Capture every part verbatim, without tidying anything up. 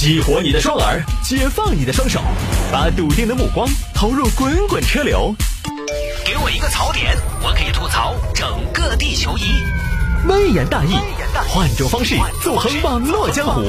激活你的双耳，解放你的双手，把笃定的目光投入滚滚车流。给我一个槽点，我可以吐槽整个地球仪。微言大义，换种方式纵横网络江湖。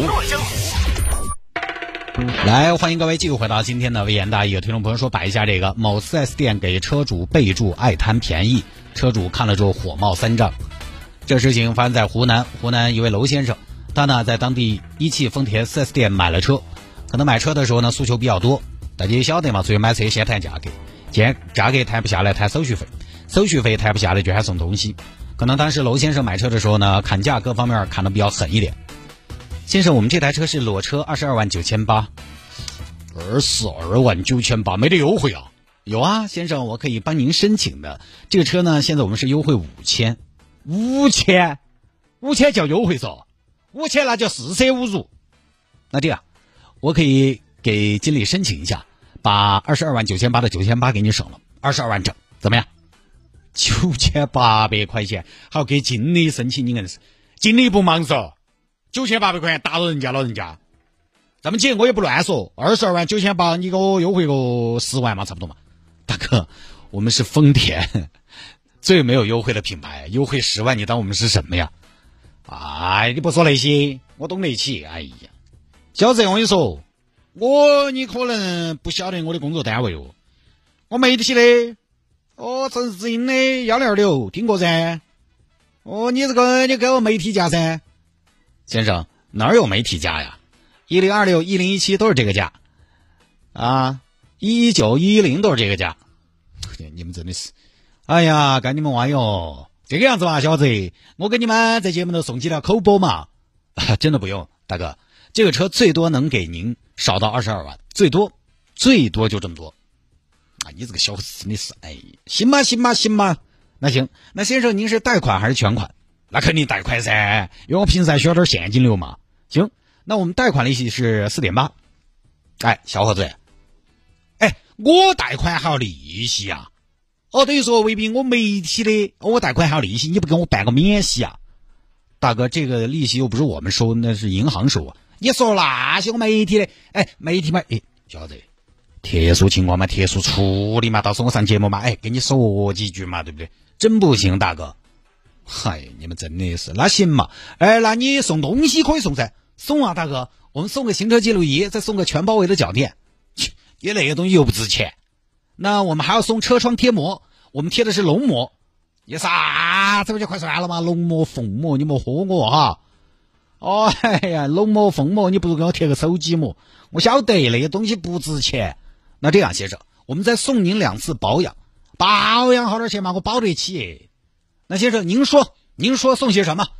来，欢迎各位继续回到今天的微言大义。有听众朋友说摆一下这个某 四 S 店给车主备注爱贪便宜，车主看了之后火冒三丈。这事情发生在湖南，湖南一位娄先生，他呢在当地一汽丰田 四 S 店买了车，可能买车的时候呢诉求比较多，大家也晓得嘛，所以买车先谈价格，既然价格谈不下来，谈手续费，手续费谈不下来就还送东西。可能当时娄先生买车的时候呢，砍价各方面砍得比较狠一点。先生，我们这台车是裸车，二十二万九千八。二十二万九千八，没得优惠啊？有啊，先生，我可以帮您申请的。这个车呢，现在我们是优惠五千，五千，五千叫优惠嗦，五千那叫四舍五入。那这样，我可以给经理申请一下，把二十二万九千八的九千八给你省了，二十二万整，怎么样？九千八百块钱，还要给经理申请，你硬是，经理不忙嗦。九千八百块钱打到人家了，人家这么紧我也不乱说，二十二万九千八，你给我优惠个十万嘛，差不多嘛。大哥，我们是丰田，最没有优惠的品牌，优惠十万，你当我们是什么呀？哎，你不说那些，我懂得起。哎呀，小子，我跟你说，我你可能不晓得我的工作单位哦，我媒体的，哦，城市之音的幺零二六，听过噻？哦，你这个你给我媒体价噻。先生，哪有媒体价呀？一零二六、一零一七都是这个价，啊，一九一零都是这个价。你们真的是，哎呀，干你们玩哟！这个样子吧，小子，我给你们在节目头送几条口播嘛。啊，真的不用，大哥，这个车最多能给您少到二十二万，最多，最多就这么多。啊，你这个小子真的是，哎，行吧，行吧，行吧。那行，那先生您是贷款还是全款？那肯定贷款噻，因为我平时还需要点现金流嘛。行，那我们贷款利息是 四点八。哎，小伙子，哎，我贷款还要利息啊？哦，等于说未必我媒体的，我贷款还要利息，你不给我办个免息啊？大哥，这个利息又不是我们收，那是银行收啊。你说那些我媒体的，哎，媒体嘛，哎，小伙子，特殊情况嘛，特殊处理嘛，到时候我上节目嘛，哎，跟你说几句嘛，对不对？真不行，大哥。嗨，你们真的是，那行嘛？哎，那你送东西可以送噻，送啊，大哥，我们送个行车记录仪，再送个全包围的脚垫，你那个东西又不值钱。那我们还要送车窗贴膜，我们贴的是龙膜。你啥？这不就快算了吗？龙膜、凤膜，你莫唬我哈！哦，哎呀，龙膜、凤膜，你不如给我贴个手机膜。我晓得那个东西不值钱。那这样，先生，我们再送您两次保养，保养好点钱嘛，我保得起。那先生，您说，您说送些什么？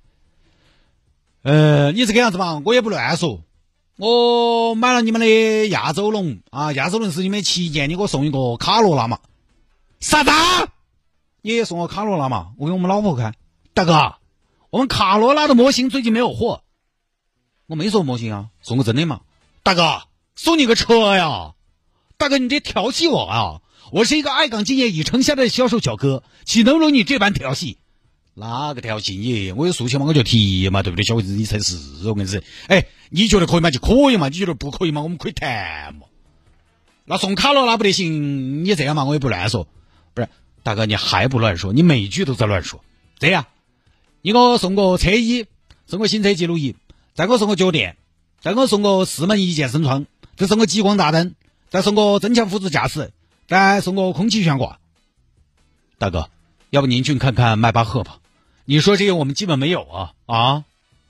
呃，你这个样子吧，我也不乱说。我买了你们的亚洲龙啊，亚洲龙是你们旗舰，你给我送一个卡罗拉嘛？啥子？你也送我卡罗拉嘛？我给我们老婆看。大哥，我们卡罗拉的模型最近没有货。我没说模型啊，送个真的嘛？大哥，送你个车呀！大哥，你这调戏我啊！我是一个爱岗经验已成下的销售小哥，岂能容你这般调戏？哪个调戏你？我有诉求嘛，我就提嘛，对不对？小伙子，你才是，我跟你说，哎，你觉得可以嘛就可以嘛，你觉得不可以嘛，我们可以谈嘛。那送卡罗拉不得行，你这样嘛，我也不乱说。不是，大哥，你还不乱说，你每句都在乱说。这样，你给我送个车衣，送个行车记录仪，再给我送个脚垫，再给我送个四门一键升窗，再送个激光大灯，再送个增强辅助驾驶。再送个空气悬挂。大哥，要不您去看看迈巴赫吧？你说这些我们基本没有啊啊！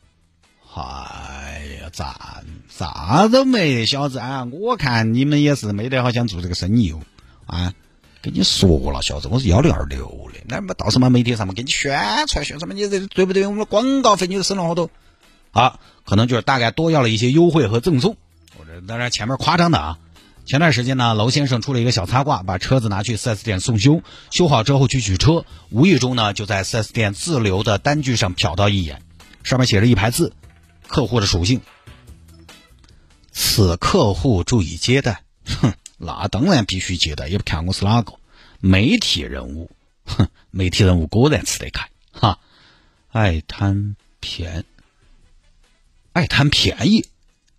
哎呀，咋啥都没，小子啊！我看你们也是没得好想做这个生意哦啊！跟你说了，小子，我是幺零二六的，那么到什么媒体上面给你宣传宣传嘛？你这对不对？我们的广告费你都省了好多啊！可能就是大概多要了一些优惠和赠送，我这当然前面夸张的啊。前段时间呢，娄先生出了一个小擦挂，把车子拿去 四 S 店送修，修好之后去取车，无意中呢就在 四 S 店自留的单据上瞟到一眼，上面写着一排字，客户的属性：此客户注意接待。哼，那当然必须接待，也不看我是哪个媒体人物。哼，媒体人物果然吃得开哈，爱贪便爱贪便宜。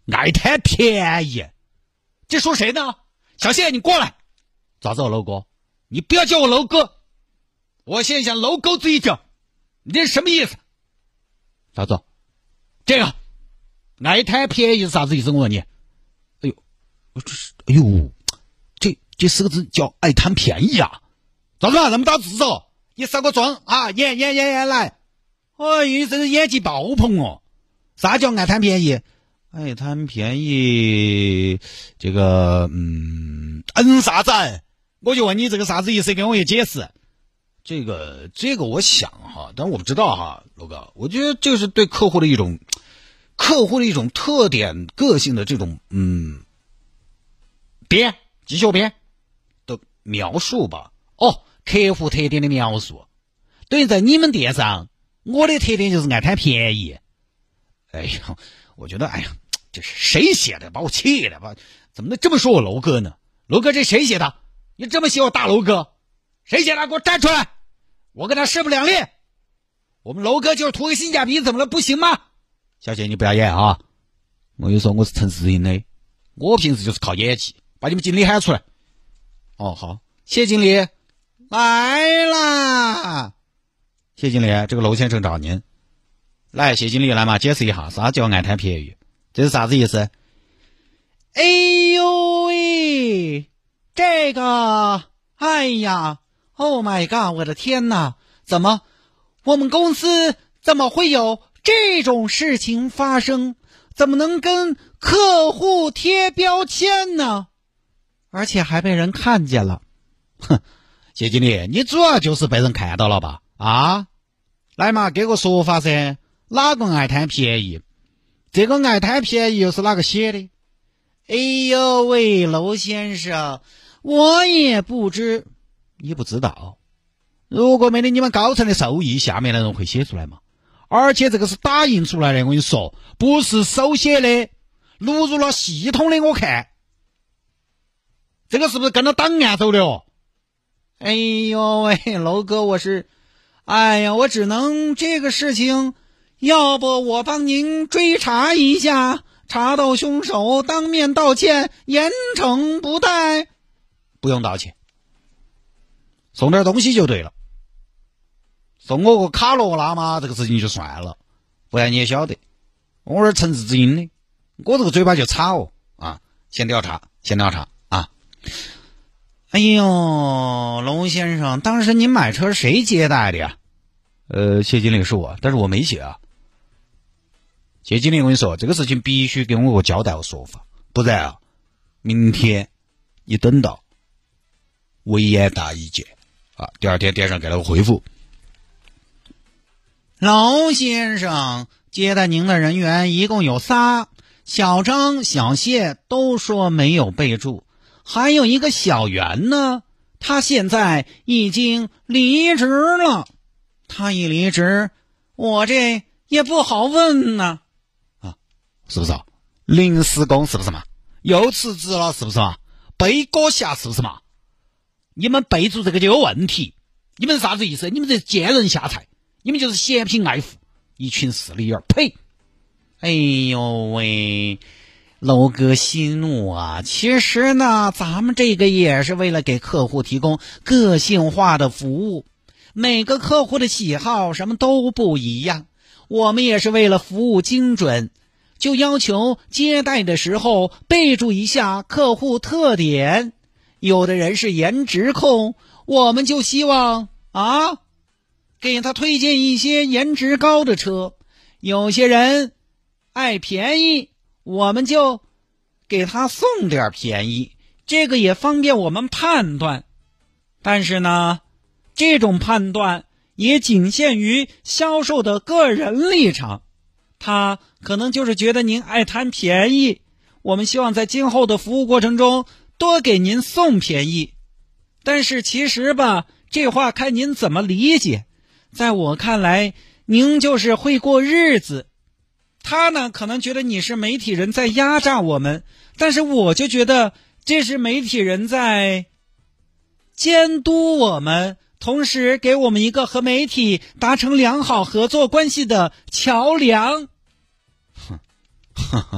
爱贪便宜，这说谁呢？小谢，你过来。咋子，楼哥？你不要叫我楼哥，我现在想楼沟追究，你这是什么意思？咋子？这个爱贪便宜是啥子意思？我问你。哎呦，这是哎呦，这这四个字叫爱贪便宜啊！咋子啊？那么大字哦？你上个妆啊，演演演演来。哎呦，这是演技爆棚哦！啥叫爱贪便宜？爱贪便宜，这个嗯，嗯啥子？我就问你这个啥子意思？给我也解释。这个这个我想哈，但我不知道哈，罗哥，我觉得这是对客户的一种客户的一种特点、个性的这种嗯编绩效编的描述吧。哦，客户特点的描述。对于在你们店上，我的特点就是爱贪便宜。哎呀，我觉得哎呀，这是谁写的？把我气的吧？怎么能这么说我楼哥呢？楼哥这谁写的？你这么写我大楼哥？谁写的？给我站出来！我跟他势不两立。我们楼哥就是图个性价比，怎么了？不行吗？小姐，你不要演啊！我跟你说，我是陈世英的，我平时就是靠演技把你们经理喊出来。哦，好，谢经理来啦！谢经理，这个楼先生找您。来，谢经理来嘛，解释一下啥叫爱贪便宜，这是啥子意思？哎呦喂，这个，哎呀 ，Oh my god， 我的天哪，怎么，我们公司怎么会有这种事情发生？怎么能跟客户贴标签呢？而且还被人看见了。哼，谢经理，你主要就是被人看到了吧？啊，来嘛，给个说法噻，哪个爱贪便宜？这个爱贪便宜又是哪个写的？哎呦喂，楼先生，我也不知，你不知道？如果没得你们高层的授意，下面的人会写出来吗？而且这个是打印出来的，我跟你说，不是手写的，录入了系统的。我看这个是不是跟着档案走的哦？哎呦喂，楼哥，我是，哎呀，我只能这个事情，要不我帮您追查一下，查到凶手，当面道歉，严惩不贷。不用道歉，送点东西就对了。送我个卡罗拉嘛，这个事情就算了，不然你也晓得，我是陈志英的，我这个嘴巴就差哦啊！先调查，先调查啊！哎呦，龙先生，当时您买车谁接待的呀？呃，谢经理是我，但是我没写啊。谢经理，我跟你说，这个事情必须给我个交代和说法，不然啊，明天你等到微言大意见啊！第二天电上给了个回复。老先生，接待您的人员一共有仨，小张、小谢都说没有备注，还有一个小袁呢，他现在已经离职了。他一离职，我这也不好问呢。啊，是不是啊？临时工是不是嘛？又辞职了是不是嘛？背锅侠是不是嘛？你们备注这个就有问题，你们是啥子意思？你们这贱人下菜，你们就是嫌贫爱富，一群势利眼，呸！哎呦喂，楼哥息怒啊！其实呢，咱们这个也是为了给客户提供个性化的服务，每个客户的喜好什么都不一样，我们也是为了服务精准，就要求接待的时候备注一下客户特点。有的人是颜值控，我们就希望啊，给他推荐一些颜值高的车。有些人爱便宜，我们就给他送点便宜，这个也方便我们判断。但是呢，这种判断也仅限于销售的个人立场，他可能就是觉得您爱贪便宜，我们希望在今后的服务过程中多给您送便宜。但是其实吧，这话看您怎么理解。在我看来，您就是会过日子，他呢可能觉得你是媒体人在压榨我们，但是我就觉得这是媒体人在监督我们，同时给我们一个和媒体达成良好合作关系的桥梁。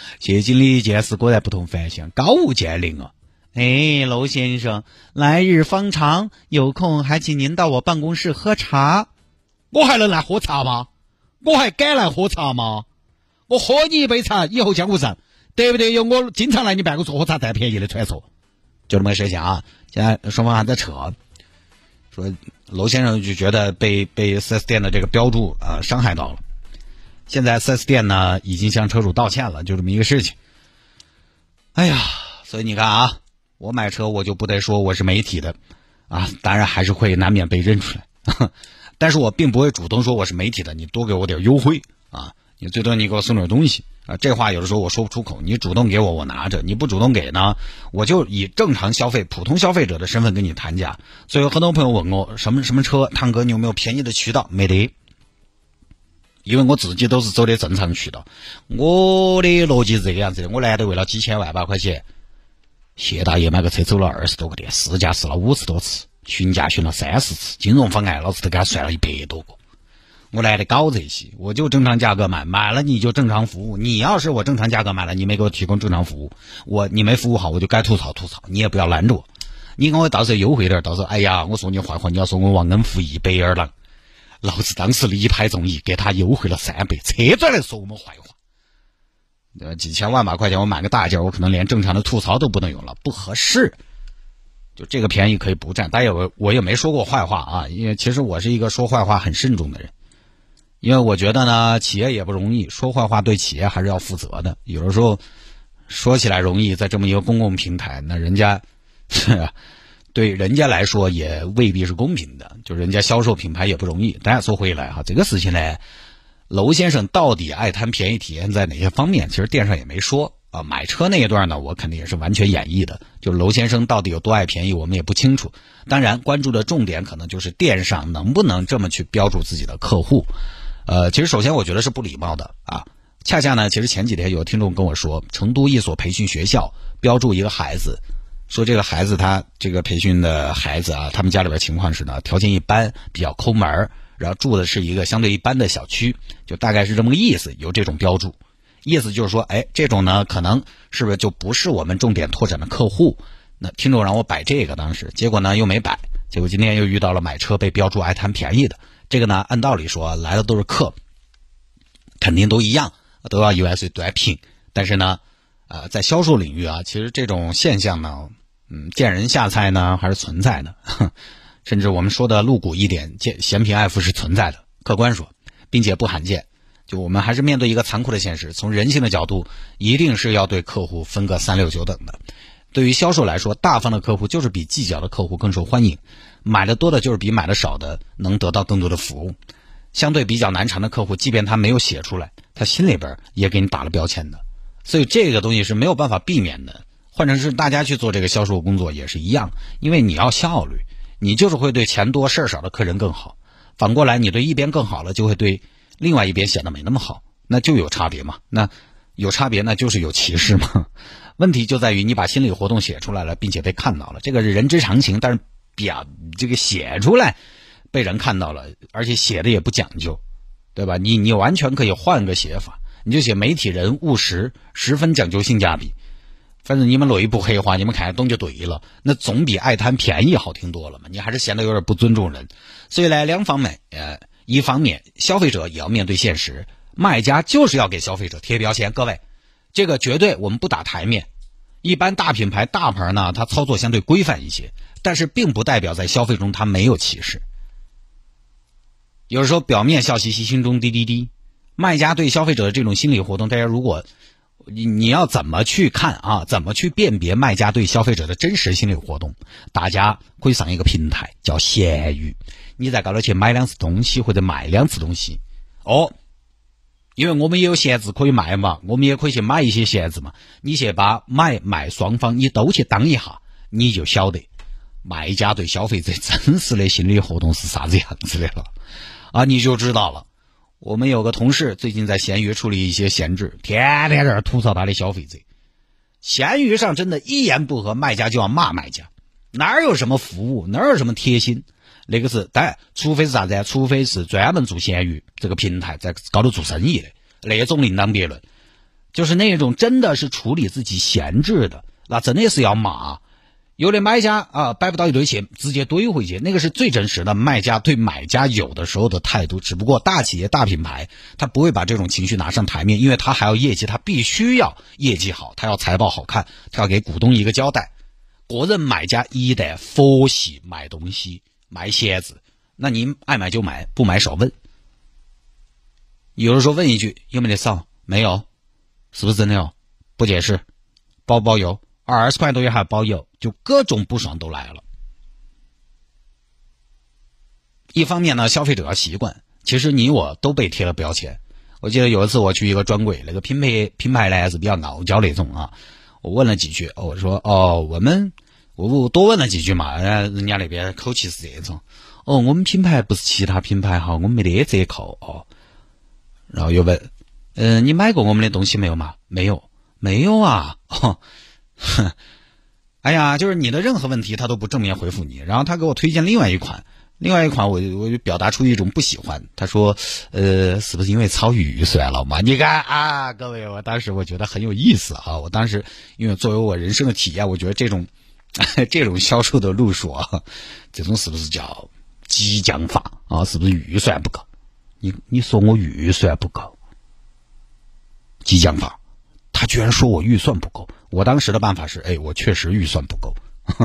谢经理见识果然不同凡响，高屋建瓴啊！哎，娄先生，来日方长，有空还请您到我办公室喝茶。我还能来喝茶吗？我还敢来喝茶吗？我喝你一杯茶，以后江湖上得不得有我经常来你办公室喝茶占便宜的传说？就这么个事情啊！现在双方还在扯，说娄先生就觉得被被 四 S 店的这个标注啊、呃、伤害到了。现在 四 S 店呢已经向车主道歉了，就这么一个事情。哎呀，所以你看啊，我买车我就不得说我是媒体的啊，当然还是会难免被认出来，呵呵，但是我并不会主动说我是媒体的，你多给我点优惠啊，你最多你给我送点东西啊，这话有的时候我说不出口，你主动给我我拿着，你不主动给呢，我就以正常消费普通消费者的身份跟你谈价。所以有很多朋友问我什么什么车，汤哥你有没有便宜的渠道？没得，因为我自己都是走的正常渠道。我的逻辑是这个样子的，我难得为了几千万把块钱，谢大爷买个车走了二十多个店，试驾试了五十多次，询价询了三十次，金融方案老子都给他算了一百多个。我来得搞这些，我就正常价格卖，买了你就正常服务。你要是我正常价格买了，你没给我提供正常服务，我你没服务好，我就该吐槽吐槽，你也不要拦着我。你跟我到时候优惠点，到时候哎呀，我说你坏话，你要说我忘恩负义白眼狼。老子当时力排众议，给他优惠了三倍，车转来说我们坏话。呃，几千万把块钱我买个大件，我可能连正常的吐槽都不能用了，不合适。就这个便宜可以不占，但也我我也没说过坏话啊，因为其实我是一个说坏话很慎重的人。因为我觉得呢，企业也不容易，说坏话对企业还是要负责的。有的时候说起来容易，在这么一个公共平台，那人家对人家来说也未必是公平的，就人家销售品牌也不容易。大家说回来哈，这个事情呢，娄先生到底爱贪便宜体验在哪些方面？其实店上也没说啊。买车那一段呢，我肯定也是完全演绎的。就娄先生到底有多爱便宜，我们也不清楚。当然，关注的重点可能就是店上能不能这么去标注自己的客户。呃，其实首先我觉得是不礼貌的啊。恰恰呢，其实前几天有听众跟我说，成都一所培训学校标注一个孩子，说这个孩子他这个培训的孩子啊，他们家里边情况是呢，条件一般，比较抠门，然后住的是一个相对一般的小区，就大概是这么个意思，有这种标注。意思就是说，哎，这种呢，可能是不是就不是我们重点拓展的客户？那听众让我摆这个，当时结果呢又没摆，结果今天又遇到了买车被标注爱贪便宜的。这个呢，按道理说来的都是客，肯定都一样，都要一万岁短平。但是呢，呃，在销售领域啊，其实这种现象呢，嗯，见人下菜呢还是存在的，甚至我们说的露骨一点，嫌贫爱富是存在的。客观说，并且不罕见。就我们还是面对一个残酷的现实，从人性的角度，一定是要对客户分个三六九等的。对于销售来说，大方的客户就是比计较的客户更受欢迎，买的多的就是比买的少的能得到更多的服务。相对比较难缠的客户，即便他没有写出来，他心里边也给你打了标签的。所以这个东西是没有办法避免的。换成是大家去做这个销售工作也是一样，因为你要效率，你就是会对钱多事儿少的客人更好。反过来，你对一边更好了，就会对另外一边显得没那么好，那就有差别嘛。那有差别，那就是有歧视嘛。问题就在于你把心理活动写出来了，并且被看到了，这个是人之常情。但是表这个写出来被人看到了，而且写的也不讲究，对吧？你你完全可以换个写法，你就写媒体人务实，十分讲究性价比。反正你们内部黑话，你们看得懂就对了，那总比爱贪便宜好听多了嘛。你还是显得有点不尊重人。所以呢，两方面，呃，一方面消费者也要面对现实，卖家就是要给消费者贴标签。各位，这个绝对我们不打台面。一般大品牌大牌呢，它操作相对规范一些，但是并不代表在消费中它没有歧视。有时候表面笑嘻嘻，心中滴滴滴。卖家对消费者的这种心理活动，大家如果你你要怎么去看啊？怎么去辨别卖家对消费者的真实心理活动？大家可以上一个平台叫闲鱼，你在高头去买两次东西或者卖两次东西哦。因为我们也有闲置可以卖嘛，我们也可以去买一些闲置嘛。你去把买卖双方你都去当一下，你就晓得卖家对消费者真实的心理活动是啥子样子的了啊，你就知道了。我们有个同事最近在闲鱼处理一些闲置，天天在这吐槽他的消费者。闲鱼上真的一言不合，卖家就要骂卖家，哪有什么服务，哪有什么贴心。那个是当然，除非是啥子？除非是专门做闲鱼这个平台在高头做生意的，那种另当别论。 就是那种真的是处理自己闲置的，那真的是要骂。有的买家啊摆不到一堆钱，直接怼回去，那个是最真实的卖家对买家有的时候的态度。只不过大企业大品牌他不会把这种情绪拿上台面，因为他还要业绩，他必须要业绩好，他要财报好看，他要给股东一个交代。个人买家一旦佛系买东西买鞋子，那您爱买就买，不买少问。有的时候问一句有没得少，没有，是不是真的有？不解释，包不包邮？二十块多也还包邮，就各种不爽都来了。一方面呢，消费者要习惯，其实你我都被贴了标签。我记得有一次我去一个专柜，那个品牌品牌呢是比较傲娇那种啊，我问了几句，我说哦，我们我我多问了几句嘛，人家那边口气是这种，哦，我们品牌不是其他品牌哈，我们没得折扣哦。然后又问，嗯、呃，你买过我们的东西没有嘛？没有，没有啊。哦哼，哎呀，就是你的任何问题他都不正面回复你，然后他给我推荐另外一款，另外一款我我就表达出一种不喜欢。他说，呃，是不是因为超预算了嘛？你看啊，各位，我当时我觉得很有意思啊。我当时因为作为我人生的体验，我觉得这种这种销售的路数啊，这种是不是叫激将法啊？是不是预算不够？你你说我预算不够，激将法。他居然说我预算不够，我当时的办法是，哎，我确实预算不够，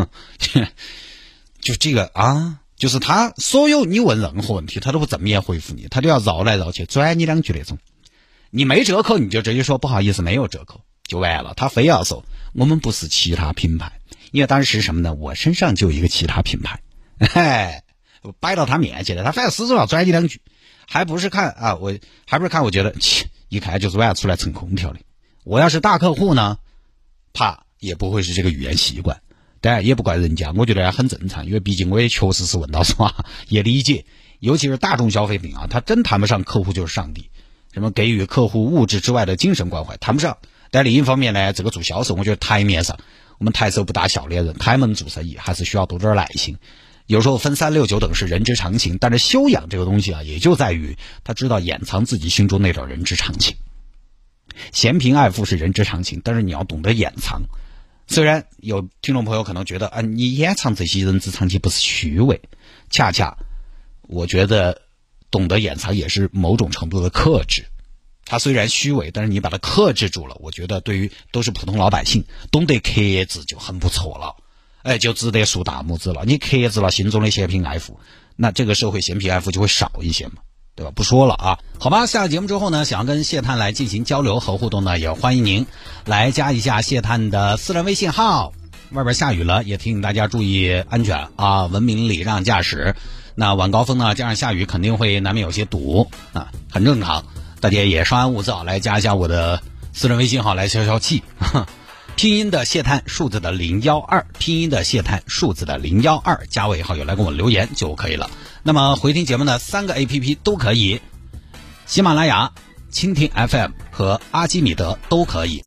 就这个啊，就是他所有你问任何问题，他都不正面回复你，他都要绕来绕去，拽你两句那种。你没折扣，你就直接说不好意思，没有折扣就完了。他非要说我们不是其他品牌，因为当时是什么呢？我身上就有一个其他品牌，嘿，我摆到他面前了，他反正始终要拽你两句，还不是看啊，我还不是看，我觉得切，一看就是为了出来蹭空调的。我要是大客户呢，怕也不会是这个语言习惯，当然也不怪人家，我觉得很正常，因为毕竟我也确实是问到话，也理解，尤其是大众消费品啊，他真谈不上客户就是上帝，什么给予客户物质之外的精神关怀谈不上。但另一方面呢，这个做销售，我觉得台面上我们抬手不打笑脸人，开门做生意还是需要多点耐心。有时候分三六九等是人之常情，但是修养这个东西啊，也就在于他知道掩藏自己心中那点人之常情。嫌贫爱富是人之常情，但是你要懂得掩藏。虽然有听众朋友可能觉得啊，你掩藏这些人之常情不是虚伪，恰恰我觉得懂得掩藏也是某种程度的克制。它虽然虚伪，但是你把它克制住了，我觉得对于都是普通老百姓懂得克制就很不错了，哎，就值得竖大拇指了。你克制了心中的嫌贫爱富，那这个社会嫌贫爱富就会少一些嘛，对吧？不说了啊，好吧。下了节目之后呢，想要跟谢探来进行交流和互动呢，也欢迎您来加一下谢探的私人微信号。外边下雨了，也提醒大家注意安全啊，文明礼让驾驶。那晚高峰呢，加上下雨，肯定会难免有些堵啊，很正常。大家也稍安勿躁，来加一下我的私人微信号来消消气。拼音的谢探，数字的零幺二，拼音的谢探，数字的零幺二，加尾号友来跟我留言就可以了。那么回听节目的三个 A P P 都可以，喜马拉雅、蜻蜓 F M 和阿基米德都可以。